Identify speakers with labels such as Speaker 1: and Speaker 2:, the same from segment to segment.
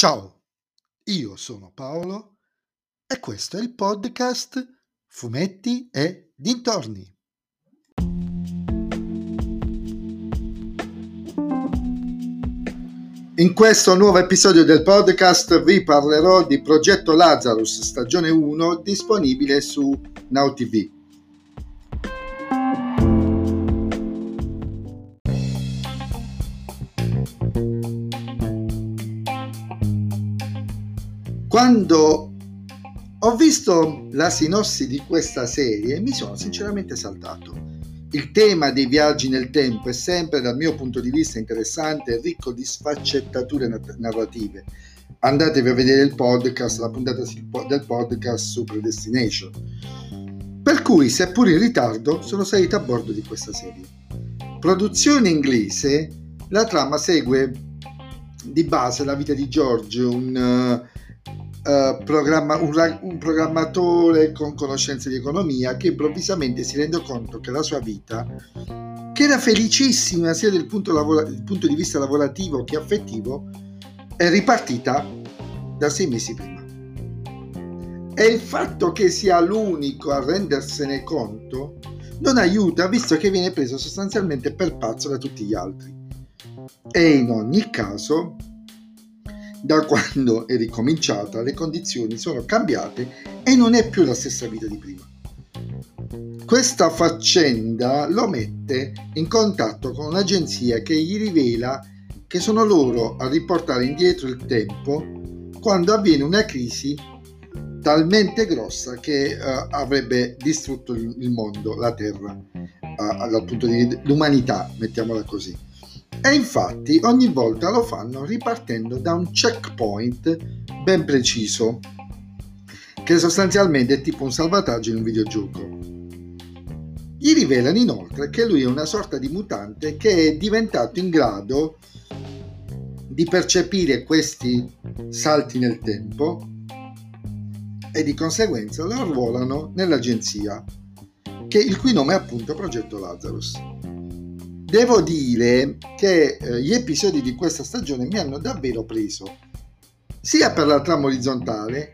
Speaker 1: Ciao, io sono Paolo e questo è il podcast Fumetti e Dintorni. In questo nuovo episodio del podcast vi parlerò di Progetto Lazarus stagione 1 disponibile su Now TV. Quando ho visto la sinossi di questa serie mi sono sinceramente saltato. Il tema dei viaggi nel tempo è sempre, dal mio punto di vista, interessante e ricco di sfaccettature narrative. Andatevi a vedere il podcast, la puntata del podcast su Predestination. Per cui, seppur in ritardo, sono salito a bordo di questa serie. Produzione inglese, la trama segue di base la vita di George, un programmatore con conoscenze di economia che improvvisamente si rende conto che la sua vita, che era felicissima sia dal punto di vista lavorativo che affettivo, è ripartita da 6 mesi prima. E il fatto che sia l'unico a rendersene conto non aiuta, visto che viene preso sostanzialmente per pazzo da tutti gli altri. E in ogni caso, da quando è ricominciata, le condizioni sono cambiate e non è più la stessa vita di prima. Questa faccenda lo mette in contatto con un'agenzia che gli rivela che sono loro a riportare indietro il tempo quando avviene una crisi talmente grossa che avrebbe distrutto il mondo, la Terra, dal punto di vista l'umanità, mettiamola così. E infatti ogni volta lo fanno ripartendo da un checkpoint ben preciso, che sostanzialmente è tipo un salvataggio in un videogioco. Gli rivelano inoltre che lui è una sorta di mutante che è diventato in grado di percepire questi salti nel tempo e di conseguenza lo arruolano nell'agenzia, il cui nome è appunto Progetto Lazarus. Devo dire che gli episodi di questa stagione mi hanno davvero preso, sia per la trama orizzontale,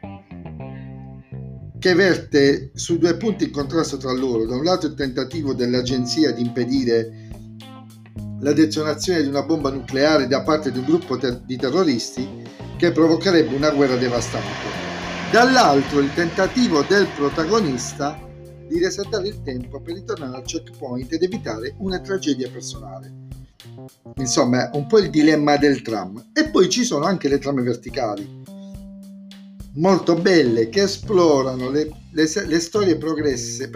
Speaker 1: che verte su 2 punti in contrasto tra loro. Da un lato il tentativo dell'agenzia di impedire la detonazione di una bomba nucleare da parte di un gruppo di terroristi che provocherebbe una guerra devastante. Dall'altro il tentativo del protagonista di resettare il tempo per ritornare al checkpoint ed evitare una tragedia personale. Insomma, un po' il dilemma del tram. E poi ci sono anche le trame verticali, molto belle, che esplorano le storie pregresse,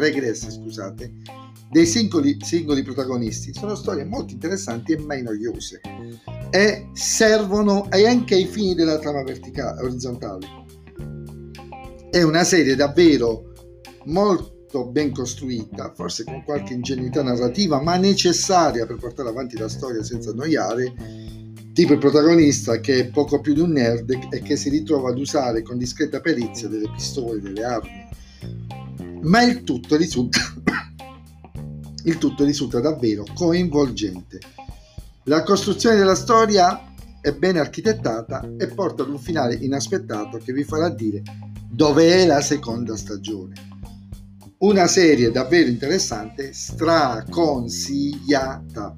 Speaker 1: dei singoli protagonisti. Sono storie molto interessanti e mai noiose, e servono anche ai fini della trama orizzontale. È una serie davvero molto ben costruita, forse con qualche ingenuità narrativa, ma necessaria per portare avanti la storia senza annoiare, tipo il protagonista che è poco più di un nerd e che si ritrova ad usare con discreta perizia delle pistole, delle armi, ma il tutto risulta davvero coinvolgente. La costruzione della storia è ben architettata e porta ad un finale inaspettato che vi farà dire dove è la seconda stagione. Una serie davvero interessante, straconsigliata.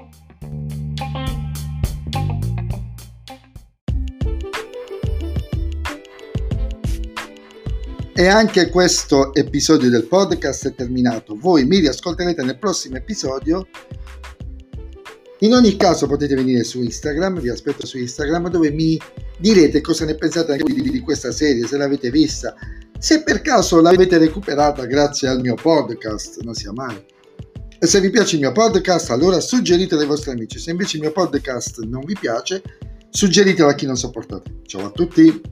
Speaker 1: E anche questo episodio del podcast è terminato. Voi mi riascolterete nel prossimo episodio. In ogni caso potete venire su Instagram, vi aspetto su Instagram, dove mi direte cosa ne pensate anche di questa serie, se l'avete vista, se per caso l'avete recuperata grazie al mio podcast, non sia mai. E se vi piace il mio podcast, allora suggeritelo ai vostri amici. Se invece il mio podcast non vi piace, suggeritelo a chi non sopportate. Ciao a tutti!